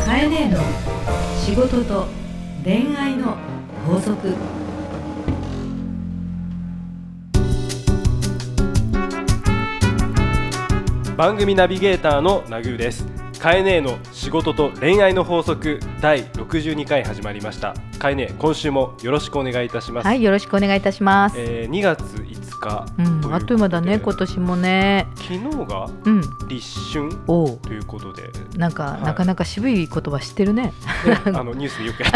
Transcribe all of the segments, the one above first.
かえねえの仕事と恋愛の法則。 番組ナビゲーターのナグーです。かえねえの仕事と恋愛の法則第62回始まりました。かえねえ、今週もよろしくお願いいたします。 はい、よろしくお願いいたします。 2月5日、 あっという間だね、今年もね。 昨日が立春ということで、 なんか、なかなか渋い言葉知ってるね。 ニュースでよくや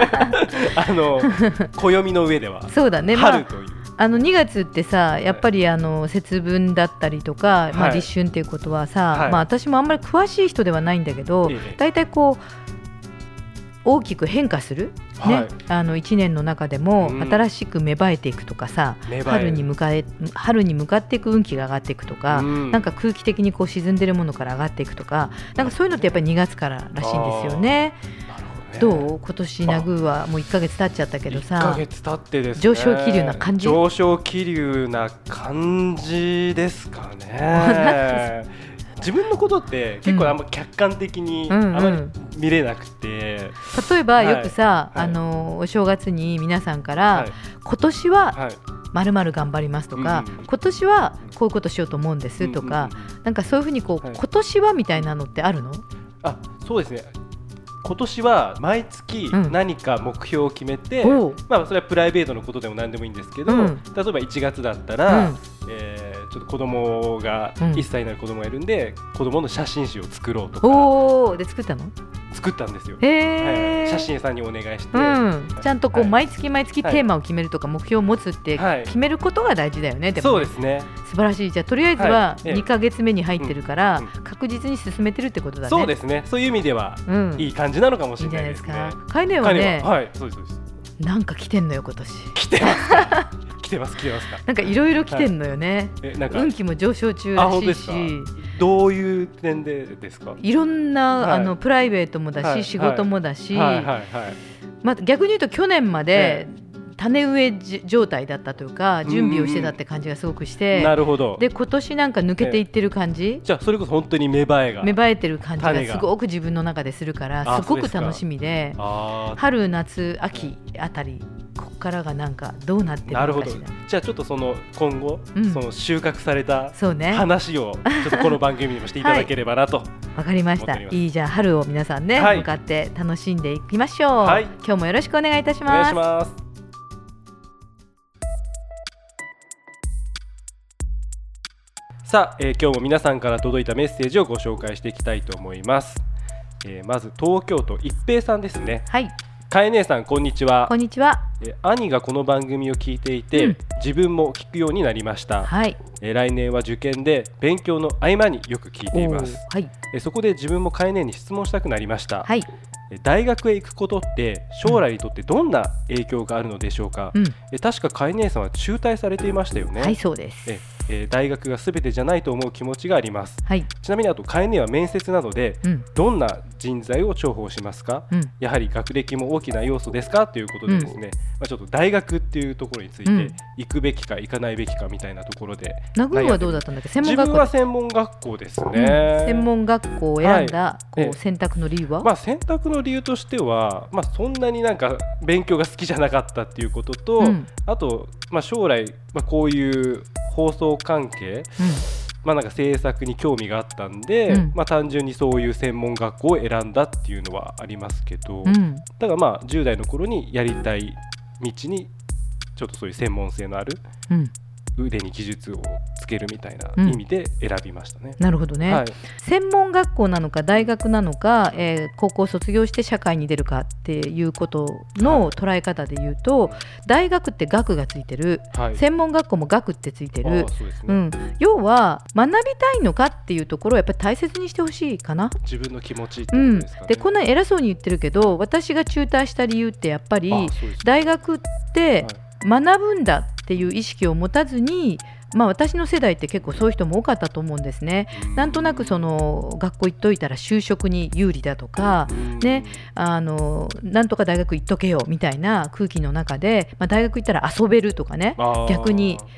ってる暦の上ではそうだね、 春という、 2月ってさ、やっぱり節分だったりとか、立春っていうことはさ、私もあんまり詳しい人ではないんだけど、だいたいこう大きく変化する、1年の中でも新しく芽生えていくとかさ、春に向かっていく運気が上がっていくとか、なんか空気的にこう沈んでるものから上がっていくとか、なんかそういうのってやっぱり2月かららしいんですよね。どう？今年ナグーはもう1ヶ月経っちゃったけどさ、 1ヶ月経ってですね、 上昇気流な感じ？ 上昇気流な感じですかね。自分のことって結構あんま客観的にあまり見れなくて、 例えばよくさ、お正月に皆さんから、今年は〇〇頑張りますとか、今年はこういうことしようと思うんですとか、なんかそういうふうにこう、今年はみたいなのってあるの？ そうですね、今年は毎月何か目標を決めて、それはプライベートのことでも何でもいいんですけど、例えば1月だったら、ちょっと子供が1歳になる子供がいるんで、子供の写真集を作ろうとか。 で作ったの？ 作ったんですよ。写真屋さんにお願いして、 ちゃんとこう毎月毎月テーマを決めるとか、目標を持つって決めることが大事だよね。でもね、 そうですね。 素晴らしい。じゃあとりあえずは2ヶ月目に入ってるから、確実に進めてるってことだね。 そうですね。そういう意味では、いい感じなのかもしれないですね。 カイネはね、 そうですそうです。 なんか来てんのよ今年。 来てますか？来てますか？ なんかいろいろ来てんのよね。運気も上昇中らしいし。 どういう点でですか？ いろんな、プライベートもだし、仕事もだし、逆に言うと去年まで種植え状態だったというか、準備をしてたって感じがすごくして、 なるほど。 で今年なんか抜けていってる感じ、 じゃあそれこそ本当に芽生えてる感じがすごく自分の中でするから、すごく楽しみで、春夏秋あたりここからがなんかどうなってるのかしら。 なるほど。じゃあちょっとその今後、その収穫された話をちょっとこの番組にもしていただければなと。 わかりました。いい、じゃあ春を皆さんね、向かって楽しんでいきましょう。今日もよろしくお願いいたします。 お願いします。さあ、今日も皆さんから届いたメッセージをご紹介していきたいと思います。まず東京都一平さんですね。かえ姉さん、こんにちは。 こんにちは。 兄がこの番組を聞いていて、自分も聞くようになりました。来年は受験で勉強の合間によく聞いています。そこで自分もかえ姉に質問したくなりました。大学へ行くことって将来にとってどんな影響があるのでしょうか？確かかえ姉さんは中退されていましたよね。 はい、そうです。 大学が全てじゃないと思う気持ちがあります。ちなみにあとかえ姉は面接などでどんな人材を重宝しますか？やはり学歴も大きな要素ですかということでですね、ちょっと大学っていうところについて行くべきか行かないべきかみたいなところで、 ナグーはどうだったんだっけ？ 自分は専門学校ですね。 専門学校を選んだ選択の理由は？ 選択の理由としては、そんなになんか勉強が好きじゃなかったっていうことと、あと将来こういう放送関係、なんか制作に興味があったんで、単純にそういう専門学校を選んだっていうのはありますけど、だから10代の頃にやりたい道にちょっとそういう専門性のある、腕に技術をつけるみたいな意味で選びましたね。 なるほどね。専門学校なのか大学なのか、高校卒業して社会に出るかっていうことの捉え方で言うと、大学って学がついてる、専門学校も学ってついてる。要は学びたいのかっていうところをやっぱり大切にしてほしいかな。 自分の気持ちってことですかね。 でこんなに偉そうに言ってるけど、私が中退した理由ってやっぱり大学って学ぶんだっていう意識を持たずに、私の世代って結構そういう人も多かったと思うんですね。なんとなくその学校行っといたら就職に有利だとか、なんとか大学行っとけよみたいな空気の中で、大学行ったら遊べるとかね、逆に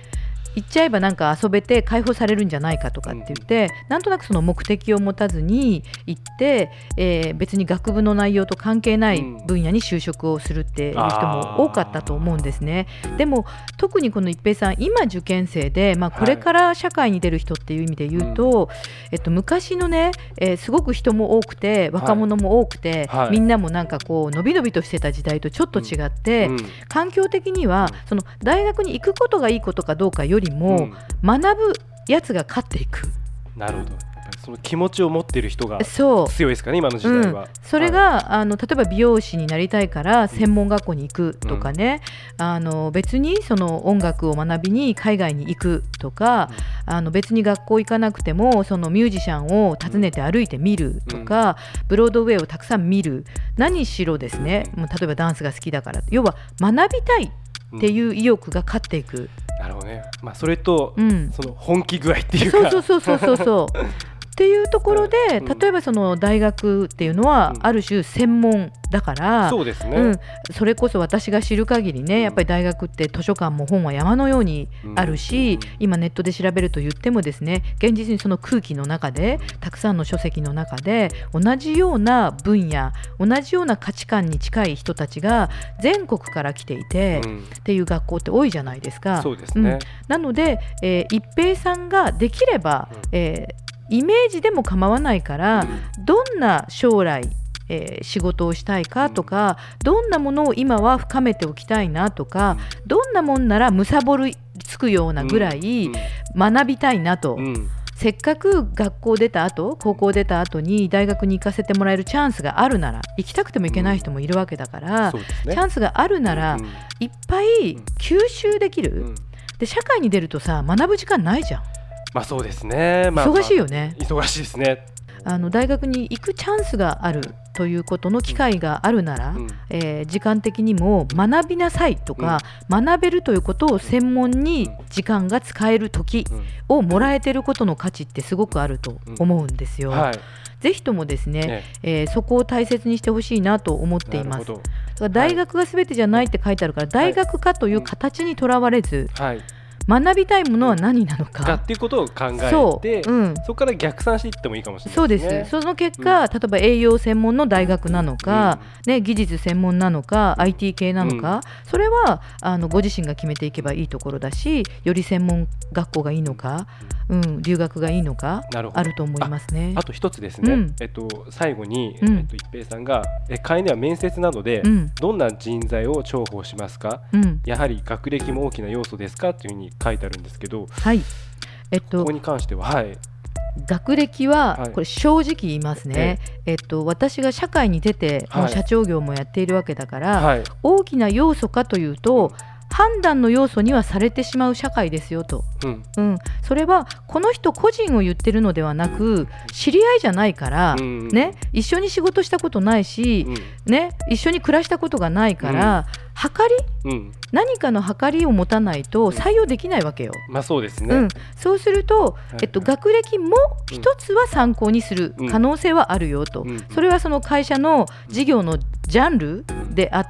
言っちゃえばなんか遊べて解放されるんじゃないかとかって言って、なんとなくその目的を持たずに行って、別に学部の内容と関係ない分野に就職をするっていう人も多かったと思うんですね。でも特にこの一平さん今受験生で、これから社会に出る人っていう意味で言うと、昔のね、すごく人も多くて若者も多くて、みんなもなんかこうのびのびとしてた時代とちょっと違って、環境的にはその大学に行くことがいいことかどうかよりも、学ぶやつが勝っていく。 なるほど。その気持ちを持っている人が強いですかね、今の時代は。 それが、例えば美容師になりたいから専門学校に行くとかね、別にその音楽を学びに海外に行くとか、別に学校行かなくてもそのミュージシャンを訪ねて歩いてみるとか、ブロードウェイをたくさん見る、何しろですね、もう例えばダンスが好きだから、要は学びたいっていう意欲が勝っていく。 なるほどね。それと、その本気具合っていうか、 そうっていうところで、例えばその大学っていうのはある種専門だから、 そうですね、 それこそ私が知る限りね、やっぱり大学って図書館も本は山のようにあるし、今ネットで調べると言ってもですね、現実にその空気の中でたくさんの書籍の中で同じような分野、同じような価値観に近い人たちが全国から来ていて、っていう学校って多いじゃないですか。 そうですね。 なので、一平さんができれば、イメージでも構わないから、どんな将来、仕事をしたいかとか、どんなものを今は深めておきたいなとか、どんなもんならむさぼりつくようなぐらい学びたいなと、せっかく学校出た後、高校出た後に大学に行かせてもらえるチャンスがあるなら、行きたくても行けない人もいるわけだから、チャンスがあるなら、いっぱい吸収できる。で社会に出るとさ、学ぶ時間ないじゃん。 そうですね。 忙しいよね。 忙しいですね。 大学に行くチャンスがあるということの機会があるなら、時間的にも学びなさいとか、学べるということを専門に時間が使える時をもらえてることの価値ってすごくあると思うんですよ。ぜひともですね、そこを大切にしてほしいなと思っています。だから大学が全てじゃないって書いてあるから、大学かという形にとらわれず、学びたいものは何なのかっていうことを考えて、そこから逆算していってもいいかもしれないですね。 そうです。その結果、例えば栄養専門の大学なのか、技術専門なのか IT 系なのか、それはご自身が決めていけばいいところだし、より専門学校がいいのか、留学がいいのかあると思いますね。 あと一つですね、最後に、一平さんが会では面接などで、どんな人材を重宝しますか、やはり学歴も大きな要素ですかというふうに書いてあるんですけど、ここに関しては、 学歴はこれ正直言いますね、私が社会に出て、社長業もやっているわけだから、大きな要素かというと、判断の要素にはされてしまう社会ですよと、それはこの人個人を言ってるのではなく、知り合いじゃないから、一緒に仕事したことないし、一緒に暮らしたことがないから、測り、何かの測りを持たないと採用できないわけよ。 そうですね。 そうすると、学歴も一つは参考にする可能性はあるよと、それはその会社の事業のジャンルであって、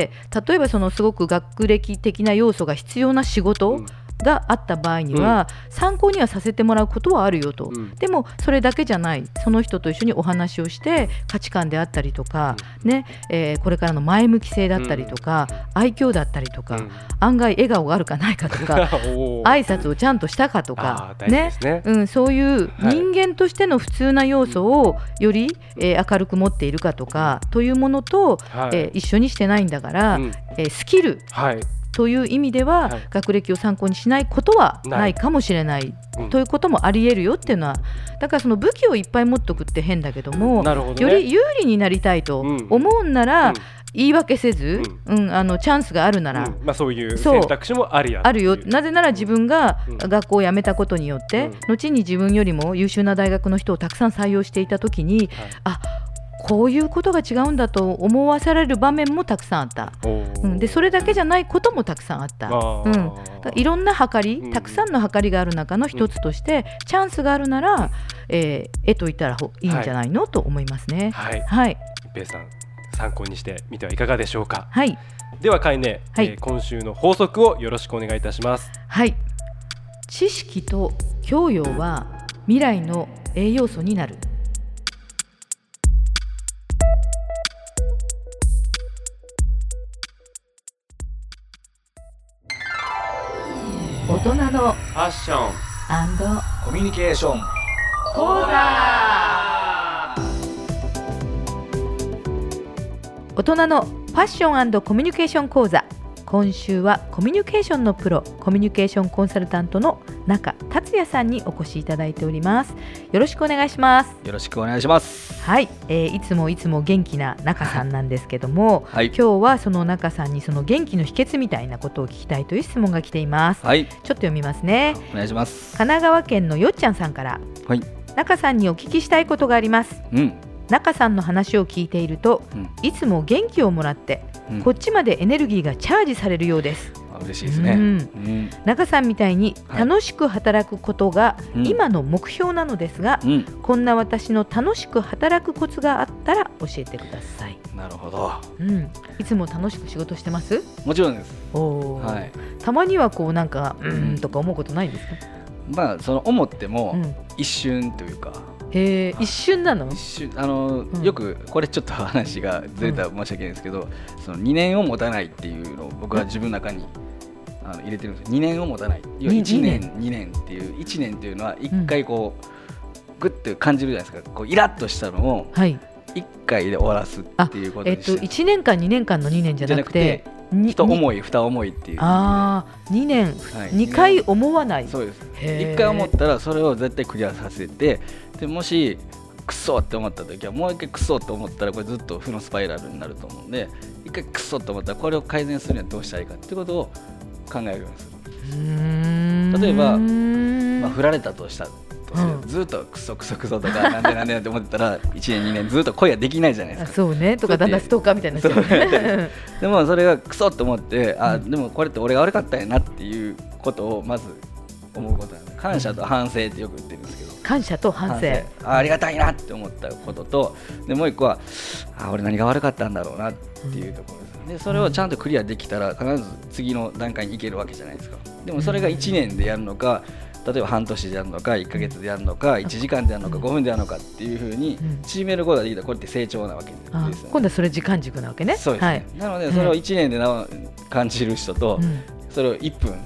例えばそのすごく学歴的な要素が必要な仕事があった場合には、参考にはさせてもらうことはあるよと、でもそれだけじゃない、その人と一緒にお話をして価値観であったりとか、これからの前向き性だったりとか、愛嬌だったりとか、案外笑顔があるかないかとか挨拶をちゃんとしたかとか、そういう人間としての普通な要素をより、明るく持っているかとかというものと、一緒にしてないんだから、スキル、という意味では、学歴を参考にしないことはないかもしれない、ということもあり得るよっていうのは、だからその武器をいっぱい持っとくって変だけども、より有利になりたいと思うんなら、言い訳せず、チャンスがあるなら、 そういう選択肢もあるよ。 なぜなら自分が学校を辞めたことによって、後に自分よりも優秀な大学の人をたくさん採用していたときに、こういうことが違うんだと思わされる場面もたくさんあった、でそれだけじゃないこともたくさんあった、いろんな測り、たくさんの測りがある中の一つとして、チャンスがあるなら、と言ったらいいんじゃないの、と思いますね。 一平さん、参考にしてみてはいかがでしょうか。 はい、 ではかいね、今週の法則をよろしくお願いいたします。 はい、 知識と教養は未来の栄養素になる。大人のファッション & コミュニケーション講座。大人のファッション&コミュニケーション講座。今週はコミュニケーションのプロ、コミュニケーションコンサルタントの中達也さんにお越しいただいております。よろしくお願いします。 よろしくお願いします。 はい、いつも元気な中さんなんですけども、 はい、 今日はその中さんにその元気の秘訣みたいなことを聞きたいという質問が来ています。 はい、 ちょっと読みますね。 お願いします。 神奈川県のよっちゃんさんから、 はい、 中さんにお聞きしたいことがあります。中さんの話を聞いていると、いつも元気をもらって、こっちまでエネルギーがチャージされるようです。 嬉しいですね。 中さんみたいに楽しく働くことが今の目標なのですが、こんな私の楽しく働くコツがあったら教えてください。 なるほど。 いつも楽しく仕事してます？ もちろんです。 はい、たまにはこうなんかとか思うことないんですか？ まあその思っても一瞬というか。 一瞬なの？ 一瞬よくこれちょっと話がずれたら申し訳ないんですけど、その2年を持たないっていうのを僕は自分の中に入れてるんですよ。2年を持たない。1年2年っていう1年っていうのは1回こうグッて感じるじゃないですか。こうイラッとしたのを1回で終わらすっていうことにして、 1年間2年間の2年じゃなくて一思い二思いっていう。 2年、2回思わない。 そうです。1回思ったらそれを絶対クリアさせて、でもしクソって思った時はもう一回クソって思ったらこれずっと負のスパイラルになると思うんで、一回クソって思ったらこれを改善するにはどうしたらいいかっていうことを考えるようにする。例えば、振られたとしたらずっとクソとかなんでって思ってたら1年2年ずっと恋はできないじゃないですか。 そうね、とかだんだんストーカーみたいになっちゃう。 でもそれがクソって思って、でもこれって俺が悪かったんやなっていうことをまず思うことなんです。感謝と反省ってよく言ってるんですけど、 感謝と反省、 ありがたいなって思ったことと、でもう一個は俺何が悪かったんだろうなっていうところです。でそれをちゃんとクリアできたら必ず次の段階に行けるわけじゃないですか。でもそれが1年でやるのか、例えば半年でやるのか1ヶ月でやるのか1時間でやるのか5分でやるのかっていう風に縮めることができたら、これって成長なわけですよね。 今度はそれ時間軸なわけね。 そうですね。なのでそれを1年で感じる人と、それを1分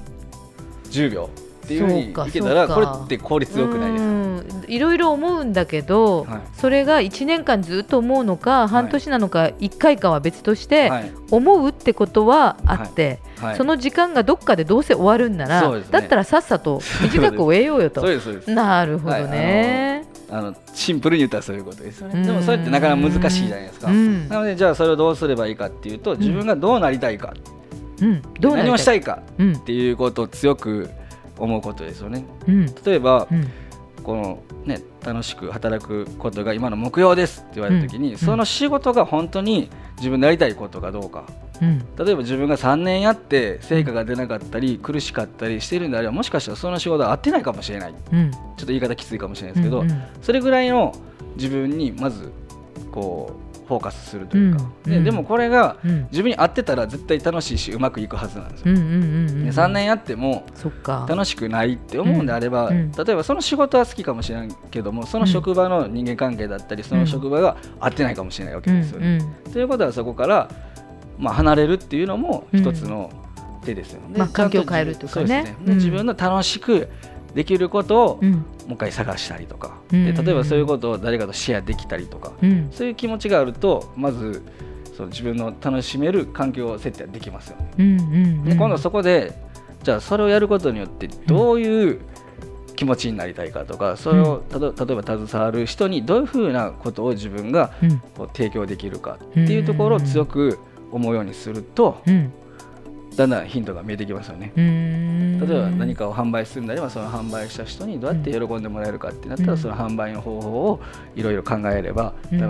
10秒っていう風にいけたら、これって効率よくないですか？ いろいろ思うんだけど、それが1年間ずっと思うのか半年なのか1回かは別として思うってことはあって、その時間がどっかでどうせ終わるんなら、だったらさっさと短く終えようよと。なるほどね。 シンプルに言ったらそういうことですよね。でもそれってなかなか難しいじゃないですか。なのでじゃあそれをどうすればいいかっていうと、自分がどうなりたいか、何をしたいかっていうことを強く思うことですよね。例えば、このね、楽しく働くことが今の目標ですって言われた時に、その仕事が本当に自分のやりたいことかどうか、例えば自分が3年やって成果が出なかったり苦しかったりしているんであれば、もしかしたらその仕事は合ってないかもしれない、ちょっと言い方きついかもしれないですけど、それぐらいの自分にまずこうフォーカスするというか、でもこれが自分に合ってたら絶対楽しいしうまくいくはずなんですよ。3年やっても楽しくないって思うんであれば、例えばその仕事は好きかもしれないけども、その職場の人間関係だったりその職場が合ってないかもしれないわけですよね。ということはそこから離れるっていうのも一つの手ですよね。 環境を変えるとかね。 自分の楽しくできることをもう一回探したりとか、で例えばそういうことを誰かとシェアできたりとか、そういう気持ちがあるとまずその自分の楽しめる環境を設定できますよね。で今度そこでじゃあそれをやることによってどういう気持ちになりたいかとか、それを例えば携わる人にどういうふうなことを自分がこう提供できるかっていうところを強く思うようにすると、だんだんヒントが見えてきますよね。例えば何かを販売するんであれば、その販売した人にどうやって喜んでもらえるかってなったら、その販売の方法をいろいろ考えれば楽しい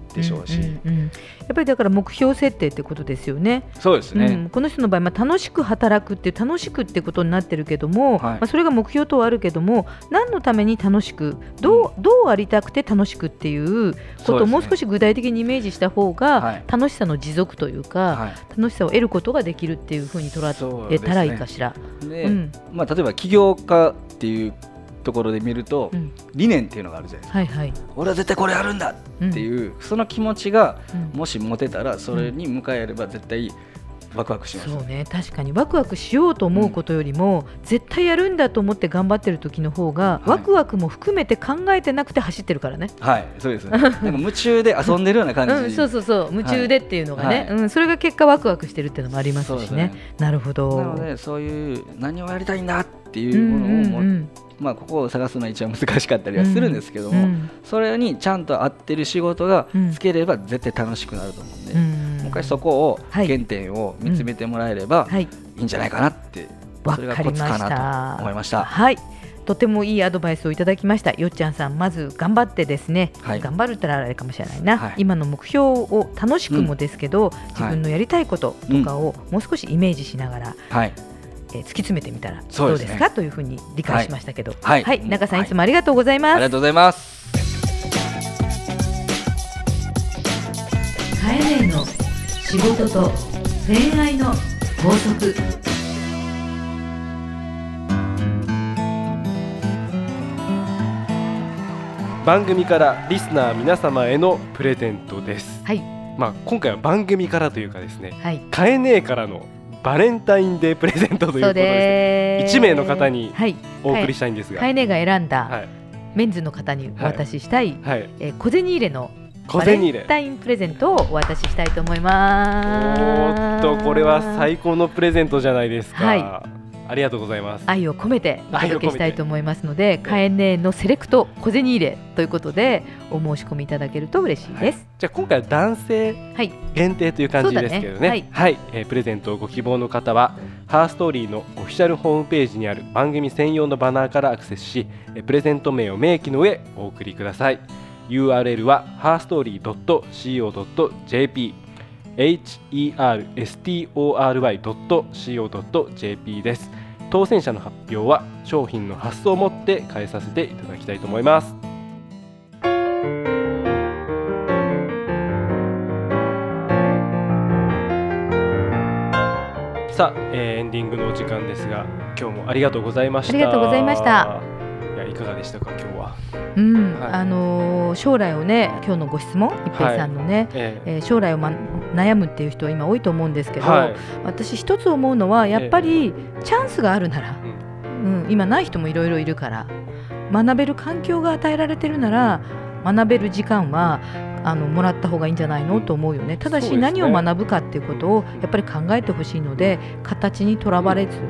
でしょうし、やっぱりだから目標設定ってことですよね。 そうですね、 この人の場合、楽しく働くって楽しくってことになってるけども、それが目標とはあるけども、何のために楽しくどうありたくて楽しくっていうことをもう少し具体的にイメージした方が、楽しさの持続というか、楽しさを得ることができるっていうふうに捉えたらいいかしら。 で、例えば起業家っていうところで見ると、理念っていうのがあるじゃないですか、俺は絶対これやるんだっていう、その気持ちがもし持てたら、それに向かえれば絶対ワクワクします。 そうね、確かにワクワクしようと思うことよりも、絶対やるんだと思って頑張ってる時の方が、ワクワクも含めて考えてなくて走ってるからね。 そうですね。なんか夢中で遊んでるような感じ、 そう夢中でっていうのがね、それが結果ワクワクしてるっていうのもありますしね。なるほど。 なのでそういう何をやりたいんだっていうものをここを探すのは一番難しかったりはするんですけども、それにちゃんと合ってる仕事がつければ絶対楽しくなると思うんで、もう一回そこを原点を見つめてもらえればいいんじゃないかなって、それがコツかなと思いました。 とてもいいアドバイスをいただきました。よっちゃんさん、まず頑張ってですね、頑張るって言ったらあれかもしれないな、今の目標を楽しくもですけど、自分のやりたいこととかをもう少しイメージしながら、突き詰めてみたらどうですかというふうに理解しましたけど、中さん、いつもありがとうございます。 ありがとうございます。 カエネの仕事と恋愛の法則。 番組からリスナー皆様へのプレゼントです。今回は番組からというかですね、カエネからのバレンタインデープレゼントということで、1名の方にお送りしたいんですが、 カエネが選んだメンズの方にお渡ししたい小銭入れのバレンタインプレゼントをお渡ししたいと思います。 これは最高のプレゼントじゃないですか。ありがとうございます。 愛を込めてお届けしたいと思いますので、カエネのセレクト小銭入れということでお申し込みいただけると嬉しいです。 じゃあ今回は男性限定という感じですけどね。プレゼントをご希望の方はハーストーリーのオフィシャルホームページにある番組専用のバナーからアクセスし、プレゼント名を明記の上お送りください。 URL は herstory.co.jp herstory.co.jp です。当選者の発表は商品の発送をもって返させていただきたいと思います。さあ、エンディングのお時間ですが、今日もありがとうございました。 ありがとうございました。 いかがでしたか今日は。 将来をね、今日のご質問、一平さんのね、将来を悩むっていう人は今多いと思うんですけど、私一つ思うのはやっぱりチャンスがあるなら、今ない人もいろいろいるから、学べる環境が与えられてるなら学べる時間はもらった方がいいんじゃないのと思うよね。ただし何を学ぶかっていうことをやっぱり考えてほしいので、形にとらわれず、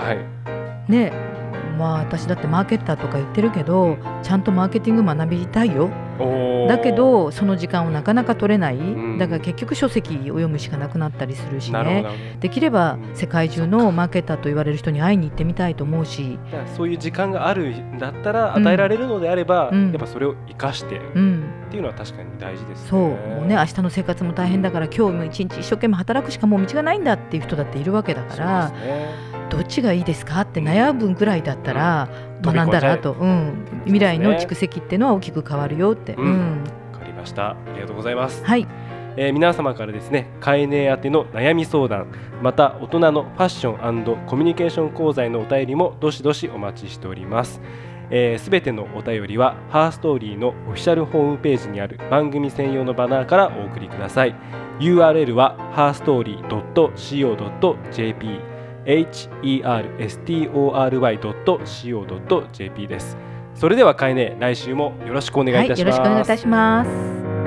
私だってマーケッターとか言ってるけど、ちゃんとマーケティング学びたいよ。だけどその時間をなかなか取れない。だから結局書籍を読むしかなくなったりするしね。できれば世界中のマーケッターと言われる人に会いに行ってみたいと思うし、 そういう時間があるんだったら、与えられるのであれば、やっぱそれを生かしてっていうのは確かに大事ですね。 そうね、明日の生活も大変だから今日も一日一生懸命働くしかもう道がないんだっていう人だっているわけだから、どっちがいいですかって悩むぐらいだったら学んだらと、未来の蓄積っていうのは大きく変わるよって。わかりました。ありがとうございます。皆様からですね、カエネ宛ての悩み相談、また大人のファッション&コミュニケーション講座へのお便りもどしどしお待ちしております。すべてのお便りはハーストーリーのオフィシャルホームページにある番組専用のバナーからお送りください。 URL は herstory.co.jp herstory.co.jp です。それではカエネ、来週もよろしくお願いいたします。 よろしくお願いいたします。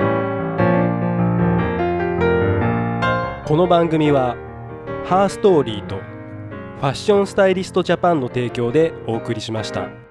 この番組はハーストーリーとファッションスタイリストジャパンの提供でお送りしました。